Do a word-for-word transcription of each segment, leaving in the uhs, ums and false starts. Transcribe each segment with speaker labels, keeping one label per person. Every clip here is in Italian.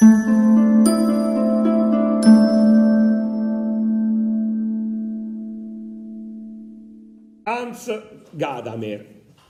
Speaker 1: Hans Gadamer,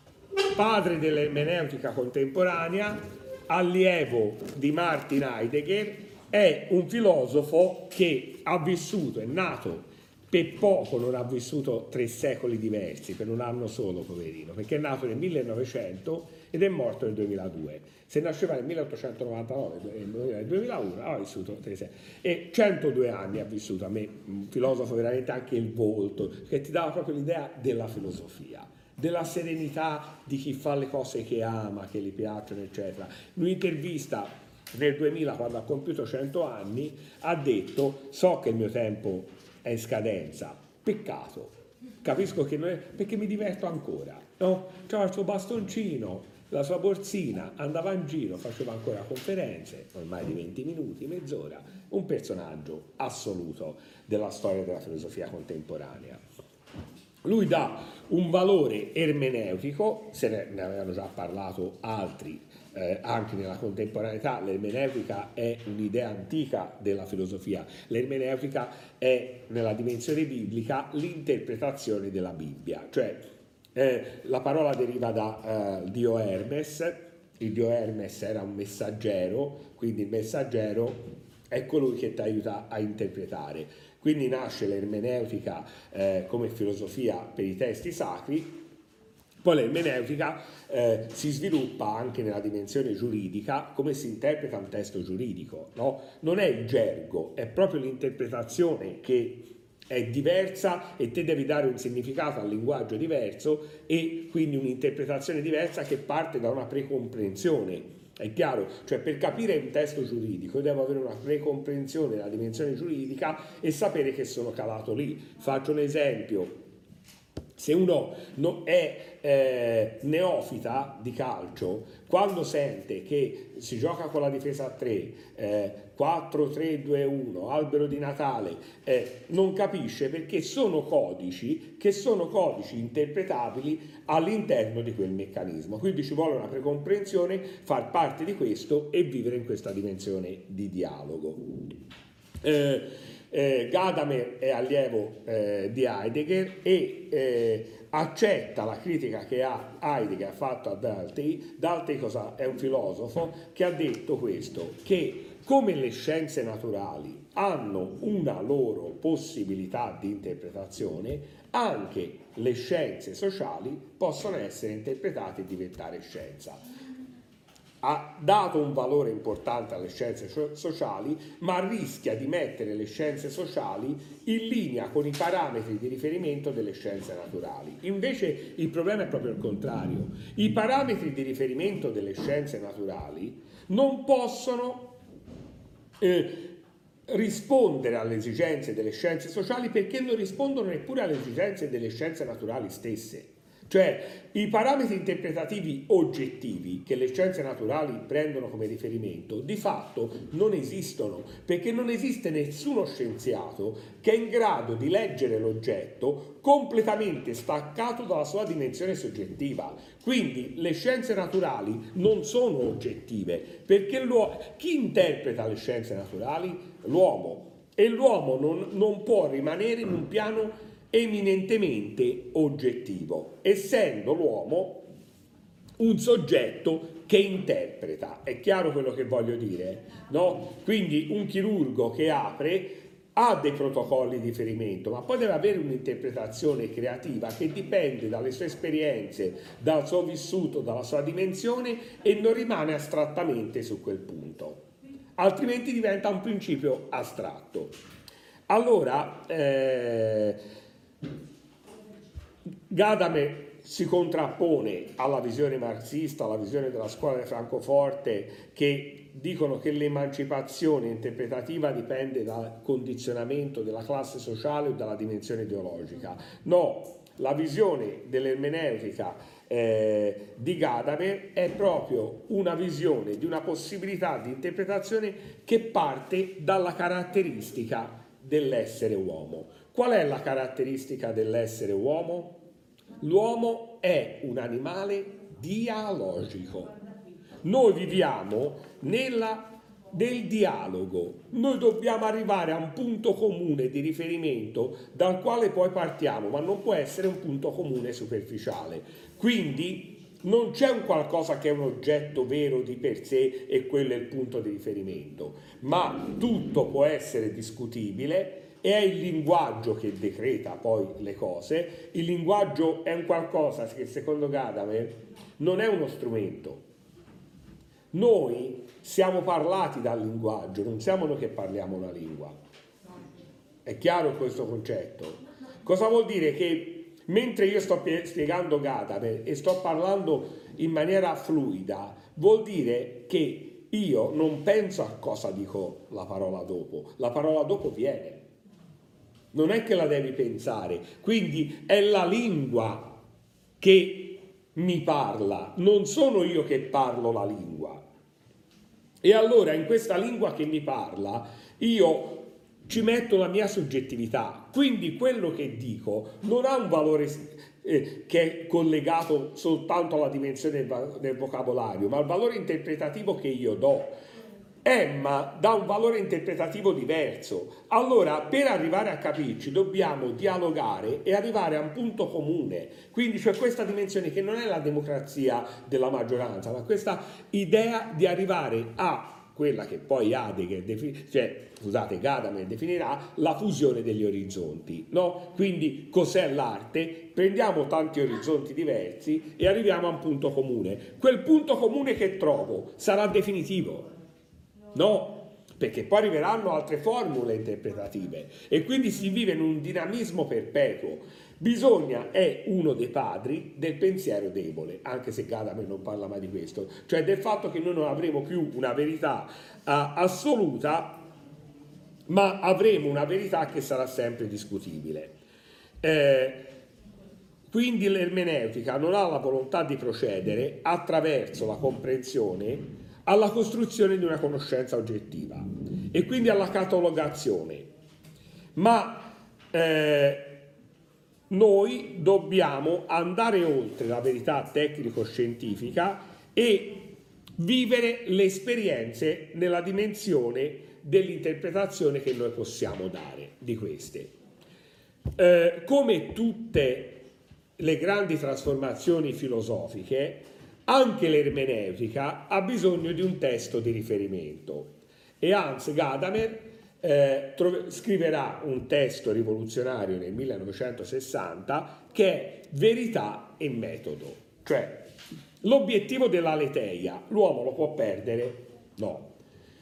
Speaker 1: padre dell'ermeneutica contemporanea, allievo di Martin Heidegger, è un filosofo che ha vissuto, è nato per poco, non ha vissuto tre secoli diversi, per un anno solo, poverino, perché è nato nel millenovecento ed è morto nel duemiladue. Se nasceva nel milleottocentonovantanove nel duemilauno ha vissuto tre secoli e centodue anni ha vissuto. A me un filosofo veramente, anche il volto, che ti dava proprio l'idea della filosofia, della serenità di chi fa le cose che ama, che gli piacciono, eccetera. Un'intervista nel duemila, quando ha compiuto cento anni, ha detto: so che il mio tempo è in scadenza, peccato, capisco che non è, perché mi diverto ancora, no? C'era il suo bastoncino, la sua borsina, andava in giro, faceva ancora conferenze, ormai di venti minuti, mezz'ora, un personaggio assoluto della storia della filosofia contemporanea. Lui dà un valore ermeneutico, se ne, ne avevano già parlato altri, eh, anche nella contemporaneità. L'ermeneutica è un'idea antica della filosofia. L'ermeneutica è, nella dimensione biblica, l'interpretazione della Bibbia, cioè eh, la parola deriva da eh, dio Hermes. Il dio Hermes era un messaggero, quindi il messaggero è colui che ti aiuta a interpretare. Quindi nasce l'ermeneutica eh, come filosofia per i testi sacri. Poi l'ermeneutica eh, si sviluppa anche nella dimensione giuridica, come si interpreta un testo giuridico, no? Non è il gergo, è proprio l'interpretazione che è diversa e te devi dare un significato al linguaggio diverso, e quindi un'interpretazione diversa che parte da una precomprensione. È chiaro? Cioè, per capire un testo giuridico devo avere una precomprensione della dimensione giuridica e sapere che sono calato lì. Faccio un esempio: se uno no, è eh, neofita di calcio, quando sente che si gioca con la difesa a tre, eh, quattro tre due uno, albero di Natale, eh, non capisce, perché sono codici che sono codici interpretabili all'interno di quel meccanismo. Quindi ci vuole una precomprensione, far parte di questo e vivere in questa dimensione di dialogo. Eh, eh, Gadamer è allievo eh, di Heidegger e eh, accetta la critica che ha Heidegger ha fatto a Dalthey. Dalthey cosa? È un filosofo che ha detto questo, che come le scienze naturali hanno una loro possibilità di interpretazione, anche le scienze sociali possono essere interpretate e diventare scienza. Ha dato un valore importante alle scienze sociali, ma rischia di mettere le scienze sociali in linea con i parametri di riferimento delle scienze naturali. Invece il problema è proprio il contrario. I parametri di riferimento delle scienze naturali non possono eh, rispondere alle esigenze delle scienze sociali, perché non rispondono neppure alle esigenze delle scienze naturali stesse. Cioè, i parametri interpretativi oggettivi che le scienze naturali prendono come riferimento di fatto non esistono, perché non esiste nessuno scienziato che è in grado di leggere l'oggetto completamente staccato dalla sua dimensione soggettiva. Quindi le scienze naturali non sono oggettive, perché chi interpreta le scienze naturali? L'uomo. E l'uomo non, non può rimanere in un piano eminentemente oggettivo, essendo l'uomo un soggetto che interpreta. È chiaro quello che voglio dire? No? Quindi un chirurgo che apre ha dei protocolli di riferimento, ma poi deve avere un'interpretazione creativa che dipende dalle sue esperienze, dal suo vissuto, dalla sua dimensione, e non rimane astrattamente su quel punto, altrimenti diventa un principio astratto. Allora eh, Gadamer si contrappone alla visione marxista, alla visione della scuola di Francoforte, che dicono che l'emancipazione interpretativa dipende dal condizionamento della classe sociale o dalla dimensione ideologica. No, la visione dell'ermeneutica eh, di Gadamer è proprio una visione di una possibilità di interpretazione che parte dalla caratteristica dell'essere uomo. Qual è la caratteristica dell'essere uomo? L'uomo è un animale dialogico. Noi viviamo nella del dialogo. Noi dobbiamo arrivare a un punto comune di riferimento dal quale poi partiamo, ma non può essere un punto comune superficiale. Quindi non c'è un qualcosa che è un oggetto vero di per sé e quello è il punto di riferimento, ma tutto può essere discutibile. E è il linguaggio che decreta poi le cose. Il linguaggio è un qualcosa che secondo Gadamer non è uno strumento. Noi siamo parlati dal linguaggio, non siamo noi che parliamo una lingua. È chiaro questo concetto? Cosa vuol dire? Che mentre io sto spiegando Gadamer e sto parlando in maniera fluida, vuol dire che io non penso a cosa dico la parola dopo, la parola dopo viene. Non è che la devi pensare, quindi è la lingua che mi parla, non sono io che parlo la lingua. E allora in questa lingua che mi parla io ci metto la mia soggettività, quindi quello che dico non ha un valore eh, che è collegato soltanto alla dimensione del, del vocabolario, ma al valore interpretativo che io do. Emma dà un valore interpretativo diverso. Allora, per arrivare a capirci dobbiamo dialogare e arrivare a un punto comune. Quindi c'è questa dimensione che non è la democrazia della maggioranza, ma questa idea di arrivare a quella che poi Heidegger defini- cioè, scusate, Gadamer definirà la fusione degli orizzonti, no? Quindi cos'è l'arte? Prendiamo tanti orizzonti diversi e arriviamo a un punto comune. Quel punto comune che trovo sarà definitivo. No, perché poi arriveranno altre formule interpretative e quindi si vive in un dinamismo perpetuo. Bisogna è uno dei padri del pensiero debole, anche se Gadamer non parla mai di questo, cioè del fatto che noi non avremo più una verità uh, assoluta, ma avremo una verità che sarà sempre discutibile. Eh, quindi l'ermeneutica non ha la volontà di procedere attraverso la comprensione alla costruzione di una conoscenza oggettiva e quindi alla catalogazione, ma eh, noi dobbiamo andare oltre la verità tecnico-scientifica e vivere le esperienze nella dimensione dell'interpretazione che noi possiamo dare di queste. Eh, come tutte le grandi trasformazioni filosofiche, anche l'ermeneutica ha bisogno di un testo di riferimento e Hans Gadamer eh, scriverà un testo rivoluzionario nel millenovecentosessanta che è Verità e metodo, cioè l'obiettivo dell'aletheia, l'uomo lo può perdere? No.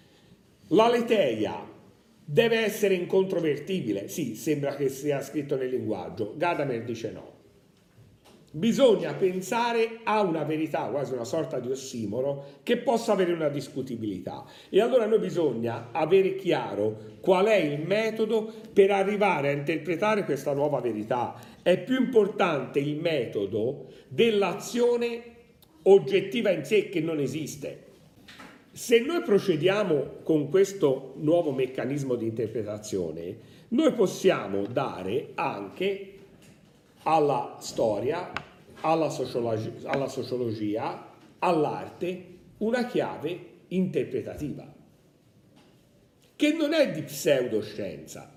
Speaker 1: L'aletheia deve essere incontrovertibile? Sì, sembra che sia scritto nel linguaggio. Gadamer dice no. Bisogna pensare a una verità, quasi una sorta di ossimoro, che possa avere una discutibilità. E allora noi bisogna avere chiaro qual è il metodo per arrivare a interpretare questa nuova verità. È più importante il metodo dell'azione oggettiva in sé che non esiste. Se noi procediamo con questo nuovo meccanismo di interpretazione, noi possiamo dare anche alla storia, alla sociologia, alla sociologia, all'arte, una chiave interpretativa, che non è di pseudoscienza,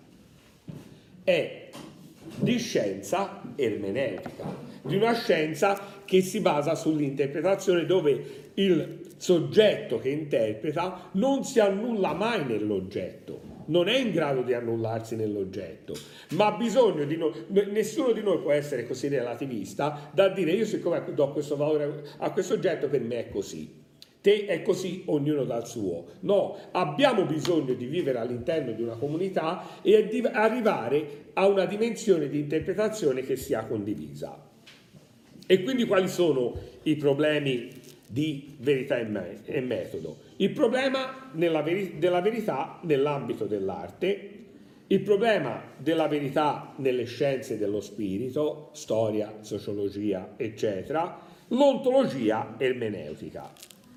Speaker 1: è di scienza ermeneutica, di una scienza che si basa sull'interpretazione, dove il soggetto che interpreta non si annulla mai nell'oggetto, non è in grado di annullarsi nell'oggetto, ma ha bisogno di noi. Nessuno di noi può essere così relativista da dire io siccome do questo valore a questo oggetto per me è così, te è così, ognuno dal suo. No, abbiamo bisogno di vivere all'interno di una comunità e di arrivare a una dimensione di interpretazione che sia condivisa. E quindi quali sono i problemi di verità e, me- e metodo? Il problema nella veri- della verità nell'ambito dell'arte, il problema della verità nelle scienze dello spirito, storia, sociologia, eccetera, l'ontologia ermeneutica.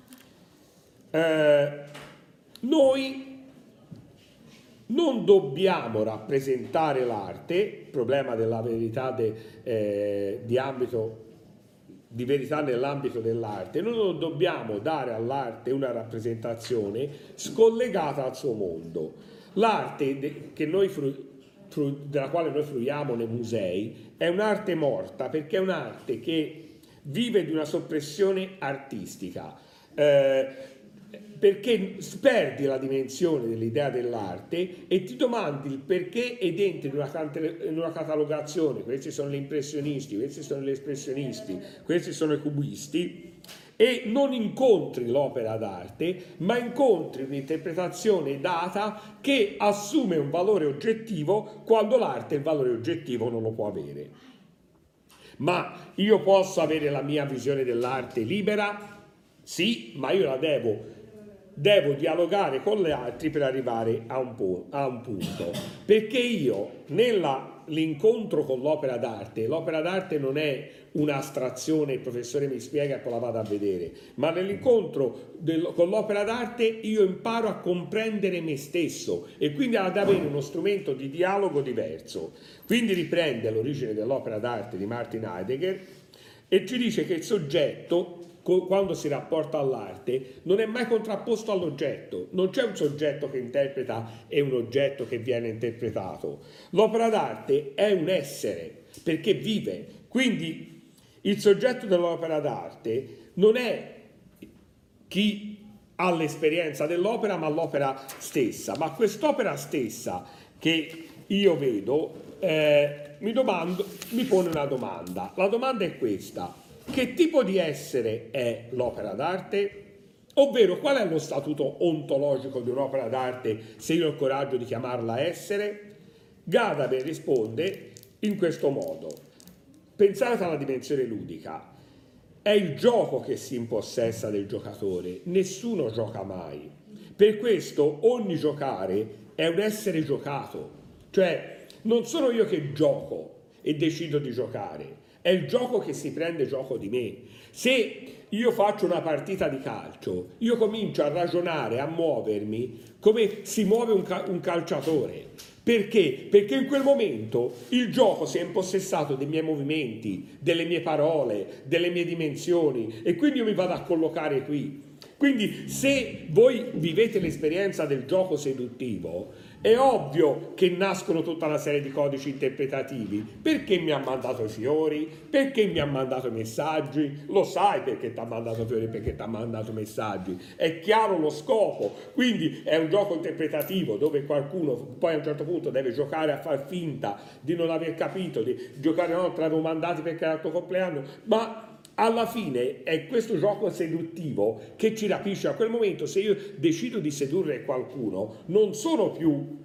Speaker 1: Eh, noi non dobbiamo rappresentare l'arte, problema della verità de, eh, di ambito di verità nell'ambito dell'arte, noi non dobbiamo dare all'arte una rappresentazione scollegata dal suo mondo. L'arte che noi fru- fru- della quale noi fruiamo nei musei è un'arte morta, perché è un'arte che vive di una soppressione artistica, eh, perché perdi la dimensione dell'idea dell'arte e ti domandi il perché ed entri in una, in una catalogazione. Questi sono gli impressionisti, questi sono gli espressionisti, questi sono i cubisti, e non incontri l'opera d'arte, ma incontri un'interpretazione data che assume un valore oggettivo quando l'arte il valore oggettivo non lo può avere. Ma io posso avere la mia visione dell'arte libera? Sì, ma io la devo, devo dialogare con gli altri per arrivare a un, po- a un punto. Perché io, nell'incontro con l'opera d'arte, l'opera d'arte non è un'astrazione, il professore mi spiega e poi la vado a vedere, ma nell'incontro del, con l'opera d'arte io imparo a comprendere me stesso e quindi ad avere uno strumento di dialogo diverso. Quindi riprende l'origine dell'opera d'arte di Martin Heidegger e ci dice che il soggetto, quando si rapporta all'arte, non è mai contrapposto all'oggetto. Non c'è un soggetto che interpreta e un oggetto che viene interpretato. L'opera d'arte è un essere, perché vive. Quindi il soggetto dell'opera d'arte non è chi ha l'esperienza dell'opera, ma l'opera stessa. Ma quest'opera stessa che io vedo, eh, mi domando, mi pone una domanda. La domanda è questa: che tipo di essere è l'opera d'arte? Ovvero, qual è lo statuto ontologico di un'opera d'arte se io ho il coraggio di chiamarla essere? Gadamer risponde in questo modo: pensate alla dimensione ludica, è il gioco che si impossessa del giocatore, nessuno gioca mai. Per questo ogni giocare è un essere giocato, cioè non sono io che gioco e decido di giocare, è il gioco che si prende gioco di me. Se io faccio una partita di calcio, io comincio a ragionare, a muovermi come si muove un, ca- un calciatore. Perché? Perché in quel momento il gioco si è impossessato dei miei movimenti, delle mie parole, delle mie dimensioni, e quindi io mi vado a collocare qui. Quindi se voi vivete l'esperienza del gioco seduttivo, è ovvio che nascono tutta una serie di codici interpretativi. Perché mi ha mandato i fiori? Perché mi ha mandato i messaggi? Lo sai perché ti ha mandato fiori e perché ti ha mandato messaggi. È chiaro lo scopo. Quindi è un gioco interpretativo dove qualcuno poi a un certo punto deve giocare a far finta di non aver capito, di giocare no, te l'avevo mandati perché era il tuo compleanno, ma alla fine è questo gioco seduttivo che ci rapisce. A quel momento, se io decido di sedurre qualcuno, non sono più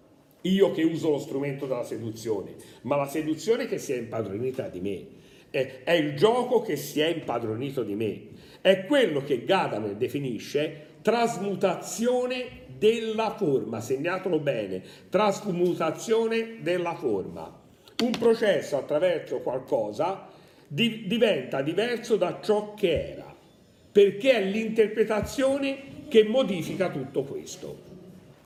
Speaker 1: io che uso lo strumento della seduzione, ma la seduzione che si è impadronita di me. È, è il gioco che si è impadronito di me. È quello che Gadamer definisce trasmutazione della forma. Segnatelo bene, trasmutazione della forma. Un processo attraverso qualcosa Di, diventa diverso da ciò che era, perché è l'interpretazione che modifica tutto questo.